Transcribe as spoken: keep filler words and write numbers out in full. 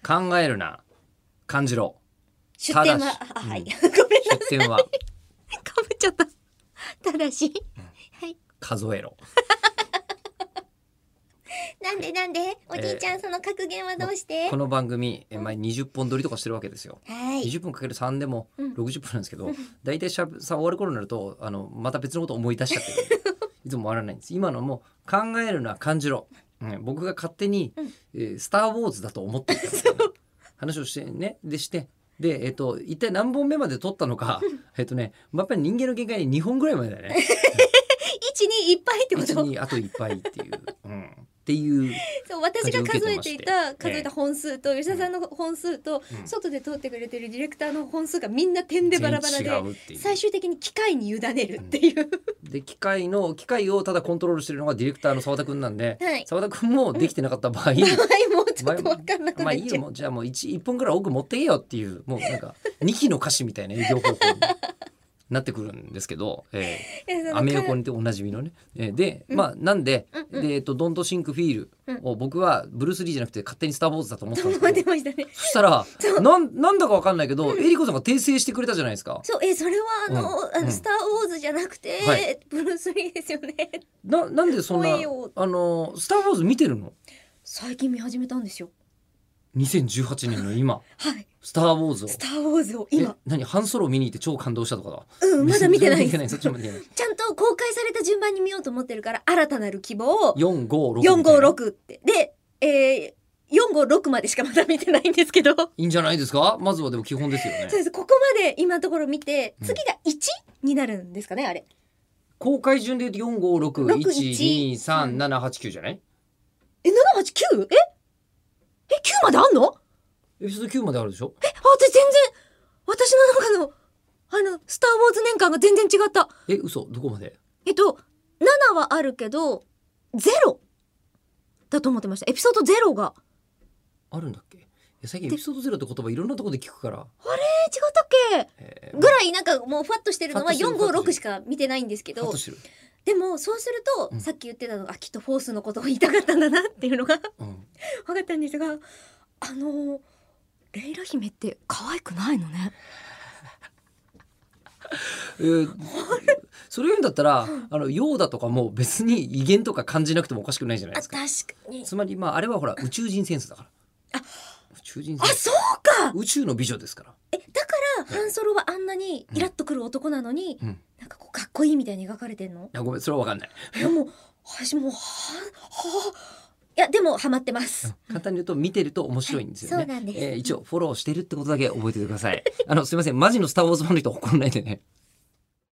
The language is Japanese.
考えるな感じろ。 出典は、 ただしあはい、 うんごめんなさい。 出典はかぶっちゃった。ただし、はい。 数えろ。 なんでなんでおじいちゃん、その格言はどうしてこの番組え前にじゅっぽん撮りとかしてるわけですよ。 はいにじゅっぷんかけるさんでもうんろくじゅっぷんなんですけど、だいたいしゃべさ終わる頃になるとあのまた別のこと思い出しちゃってるいつも終わらないんです。今のも考えるのは感じろ、うん、僕が勝手に、 うんえースター・ウォーズだと思っていたみたいな話をしてねでしてで、えっと一体何本目まで撮ったのかえっとねやっぱり人間の限界ににほんぐらいまでだよね一にいっぱいってこいちと。 にあといっぱいっていう、うん、っていうそう私が数えていた感じを受けてまして数えた本数と吉田さんの本数と、 うん外で通ってくれてるディレクターの本数がみんな点でバラバラ全で然違うっていう最終的に機械に委ねるっていう、 で機械の機械をただコントロールしてるのがディレクターの澤田くんなんではい澤田くんもできてなかった場合はいもうちょっと分かんなくまあいいよなっちゃう、 もうじゃあもう 1, 一本ぐらい奥持ってけよっていうもうなんかにきの歌詞みたいな営業方法になってくるんですけど、えー、 いやそのアメ横にておなじみのね、えー、で、 うんまあなんで、 うんうんでえっとドントシンクフィールを僕はブルース・リーじゃなくて勝手にスター・ウォーズだと思ってたんとですけど思ってましたね。 そしたらそうなんなんだかわかんないけど、えりこさんが訂正してくれたじゃないですか。 そうえそれはあの,、 うんうんあのスター・ウォーズじゃなくて、 はいブルース・リーですよね。 ななんでそんな怖いよあのスター・ウォーズ見てるの最近見始めたんですよ。 にせんじゅうはちねんの今はいスター・ウォーズをスター・ウォーズを今え何ハンソロ見に行って超感動したとかだ。 うんまだ見てないです見てないそっちも見てない。 ちゃんと公開された順番に見ようと思ってるから新たなる希望をよんごろくよんごろくってで、えー、よんごろくまでしかまだ見てないんですけどそういいんじゃないですか。まずはでも基本ですよね。 ですここまで今のところ見てうん次がいちになるんですかねあれ公開順で言うとよんごろくいちにさんななはちきゅうじゃない。 えななはちきゅうええきゅうまであんのエピソードきゅうまであるでしょ。 えあ私全然私の中のあのスター・ウォーズ年間が全然違ったえ嘘どこまで。 えっとななはあるけどゼロだと思ってましたエピソードゼロがあるんだっけ。いや最近エピソードゼロって言葉いろんなところで聞くから、 え違ったっけえーぐらいなんかもうファッとしてるのはファッとしてるよんごろくしか見てないんですけどカットしてる、 でもそうすると、 うんさっき言ってたのがあきっとフォースのことを言いたかったんだなっていうのがうん、 分かったんですがあのレイラ姫って可愛くないのねえーそれ言うんだったら、あのヨーダとかも別に威厳とか感じなくてもおかしくないじゃないあですか。 確かにつまりまああれはほら宇宙人センスだからあ宇宙人あセンスそうか宇宙の美女ですから。 えだからハンソロはあんなにイラッとくる男なのに、 うん、いなんかこうかっこいいみたいに描かれてんのやごめんそれは分かんない。 いやもう私もうははいやでもハマってます簡単に言うと見てると面白いんですよね。 そうなんですえー一応フォローしてるってことだけ覚えておいてください。あのすみませんマジのスターウォーズファンの人怒らないでね。